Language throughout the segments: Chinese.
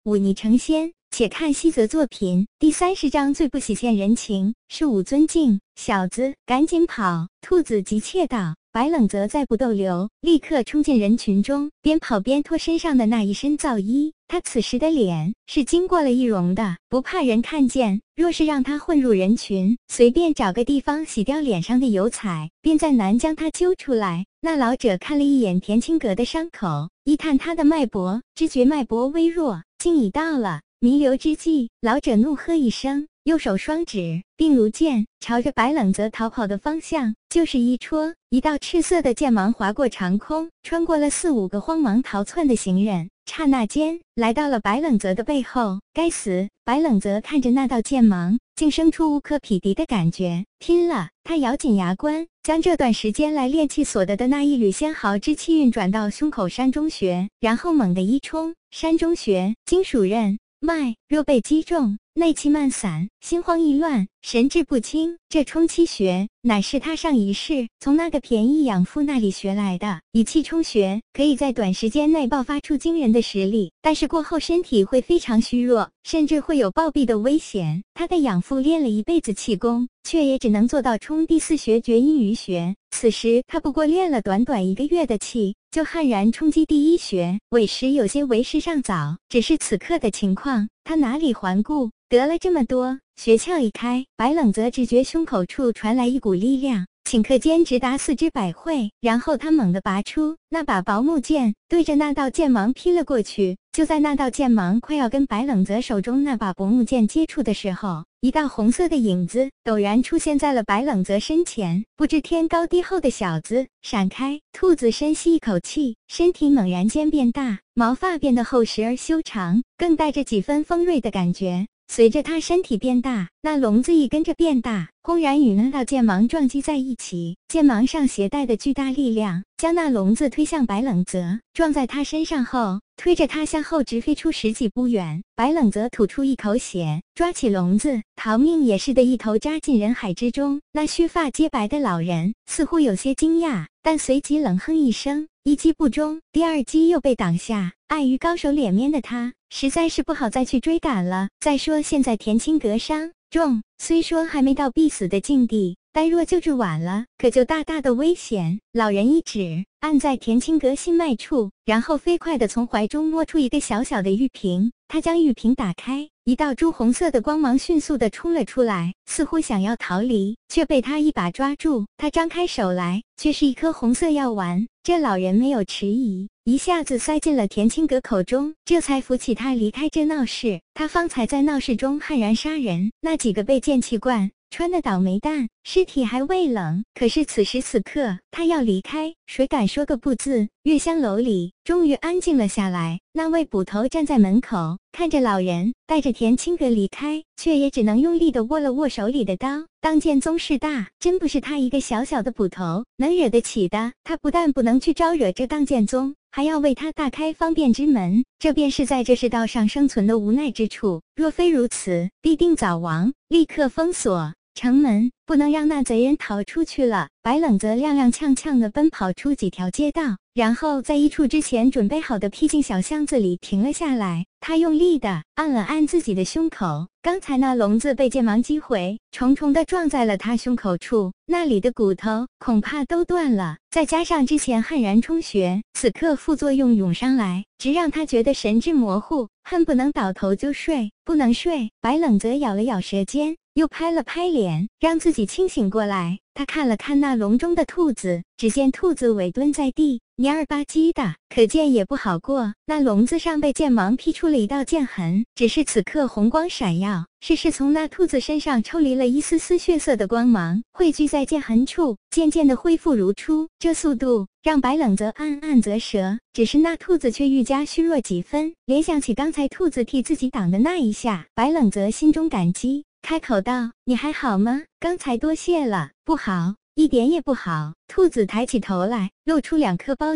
忤逆成仙。且看西泽作品第30章最不喜见人情，是武尊敬。小子，赶紧跑！兔子急切道。白冷则再不逗留，立刻冲进人群中，边跑边脱身上的那一身皂衣。他此时的脸是经过了易容的，不怕人看见。若是让他混入人群，随便找个地方洗掉脸上的油彩，便再难将他揪出来。那老者看了一眼田青阁的伤口，一探他的脉搏，知觉脉搏微弱，竟已到了弥留之际。老者怒喝一声，右手双指并如剑，朝着白冷泽逃跑的方向就是一戳，一道赤色的剑芒划过长空，穿过了4、5个慌忙逃窜的行人，刹那间来到了白冷泽的背后。该死！白冷泽看着那道剑芒，竟生出无可匹敌的感觉。拼了！他咬紧牙关，将这段时间来练气所得的那一缕仙毫之气运转到胸口山中穴，然后猛地一冲，山中穴、金属任脉若被击中，内气漫散，心慌意乱，神志不清。这冲气穴乃是他上一世从那个便宜养父那里学来的，以气冲穴可以在短时间内爆发出惊人的实力，但是过后身体会非常虚弱，甚至会有暴毙的危险。他的养父练了一辈子气功，却也只能做到冲第4穴厥阴俞穴，此时他不过练了短短1个月的气，就悍然冲击第1穴，委实有些为时尚早。只是此刻的情况，他哪里环顾得了这么多？穴窍一开，白冷则只觉胸口处传来一股力量，顷刻间直达4肢百会，然后他猛地拔出那把薄木剑，对着那道剑芒劈了过去。就在那道剑芒快要跟白冷则手中那把薄木剑接触的时候，一道红色的影子陡然出现在了白冷则身前，不知天高地厚的小子，闪开！兔子深吸一口气，身体猛然间变大，毛发变得厚实而修长，更带着几分锋锐的感觉。随着他身体变大，那笼子亦跟着变大，轰然与那道剑芒撞击在一起。剑芒上携带的巨大力量将那笼子推向白冷则，撞在他身上后，推着他向后直飞出10几步远。白冷则吐出一口血，抓起笼子，逃命也似的一头扎进人海之中。那须发皆白的老人似乎有些惊讶，但随即冷哼一声，一击不中，第2击又被挡下。碍于高手脸面的他，实在是不好再去追赶了。再说现在田青阁伤重，虽说还没到必死的境地，但若救治晚了，可就大大的危险。老人一指按在田青阁心脉处，然后飞快地从怀中摸出一个小小的玉瓶。他将玉瓶打开，一道朱红色的光芒迅速地冲了出来，似乎想要逃离，却被他一把抓住。他张开手来，却是一颗红色药丸。这老人没有迟疑，一下子塞进了田青阁口中，这才扶起他离开这闹市。他方才在闹市中悍然杀人，那几个被剑气贯穿的倒霉蛋，尸体还未冷，可是此时此刻他要离开，谁敢说个不字？月香楼里终于安静了下来，那位捕头站在门口，看着老人带着田青阁离开，却也只能用力地握了握手里的刀。当剑宗势大，真不是他一个小小的捕头能惹得起的。他不但不能去招惹这当剑宗，还要为他大开方便之门，这便是在这世道上生存的无奈之处。若非如此，必定早亡。立刻封锁城门，不能让那贼人逃出去了。白冷则踉踉跄跄地奔跑出几条街道，然后在一处之前准备好的僻静小巷子里停了下来。他用力地按了按自己的胸口，刚才那笼子被剑芒击毁，重重地撞在了他胸口处，那里的骨头恐怕都断了。再加上之前悍然冲穴，此刻副作用涌上来，直让他觉得神志模糊，恨不能倒头就睡。不能睡，白冷则咬了咬舌尖，又拍了拍脸，让自己清醒过来。他看了看那笼中的兔子，只见兔子尾蹲在地，蔫儿吧唧的，可见也不好过。那笼子上被剑芒劈出了一道剑痕，只是此刻红光闪耀，是从那兔子身上抽离了一丝丝血色的光芒，汇聚在剑痕处，渐渐的恢复如初。这速度让白冷则暗暗啧舌，只是那兔子却愈加虚弱几分。联想起刚才兔子替自己挡的那一下，白冷则心中感激，开口道：“你还好吗？刚才多谢了。”“不好，一点也不好。”兔子抬起头来，露出2颗龅牙，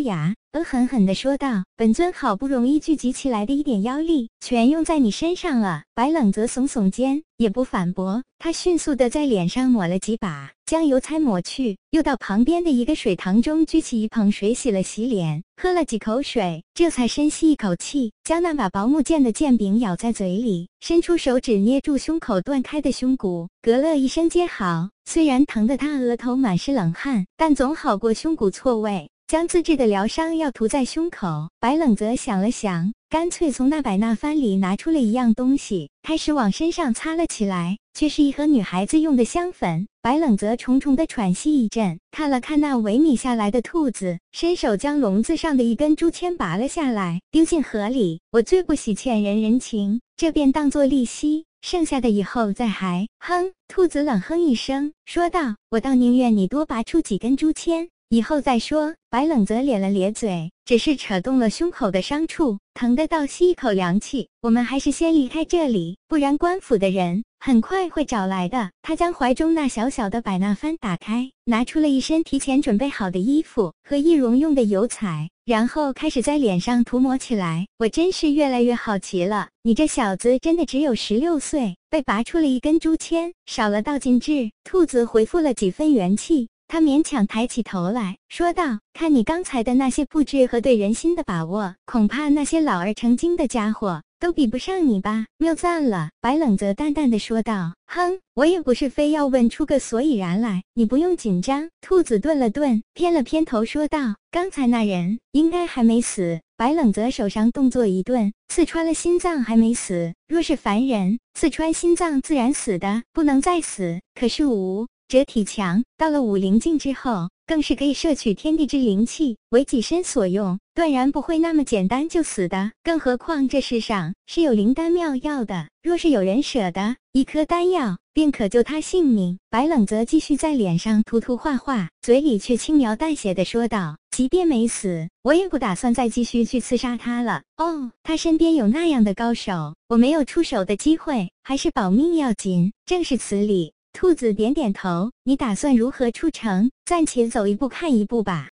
恶狠狠地说道：“本尊好不容易聚集起来的一点妖力，全用在你身上了。”白冷泽耸耸肩，也不反驳，他迅速地在脸上抹了几把，将油彩抹去，又到旁边的一个水塘中举起一盆水洗了洗脸，喝了几口水，这才深吸一口气，将那把薄木剑的剑柄咬在嘴里，伸出手指捏住胸口断开的胸骨，隔了一声接好。虽然疼得他额头满是冷汗，但总好过胸骨错位。将自制的疗伤药涂在胸口，白冷泽想了想，干脆从那百纳幡里拿出了一样东西，开始往身上擦了起来，却是一盒女孩子用的香粉。白冷泽重重的喘息一阵，看了看那萎靡下来的兔子，伸手将笼子上的一根竹签拔了下来，丢进河里。我最不喜欠人人情，这便当作利息，剩下的以后再还。哼！兔子冷哼一声，说道：“我倒宁愿你多拔出几根竹签，以后再说。”白冷泽咧了咧嘴，只是扯动了胸口的伤处，疼得倒吸一口凉气。我们还是先离开这里，不然官府的人很快会找来的。他将怀中那小小的百纳幡打开，拿出了一身提前准备好的衣服和易容用的油彩，然后开始在脸上涂抹起来。我真是越来越好奇了，你这小子真的只有16岁，被拔出了一根竹签，少了道尽致。兔子回复了几分元气。他勉强抬起头来，说道：“看你刚才的那些布置和对人心的把握，恐怕那些老而成精的家伙都比不上你吧？谬赞了。”白冷泽淡淡的说道：“哼，我也不是非要问出个所以然来，你不用紧张。”兔子顿了顿，偏了偏头说道：“刚才那人应该还没死。”白冷泽手上动作一顿，刺穿了心脏还没死，若是凡人，刺穿心脏自然死的，不能再死。可是者体强，到了武灵境之后，更是可以摄取天地之灵气，为己身所用，断然不会那么简单就死的。更何况这世上是有灵丹妙药的，若是有人舍得一颗丹药，便可救他性命。白冷泽继续在脸上涂画画，嘴里却轻描淡写的说道：“即便没死，我也不打算再继续去刺杀他了。哦，他身边有那样的高手，我没有出手的机会，还是保命要紧。正是此理。”兔子点点头，你打算如何出城？暂且走一步看一步吧。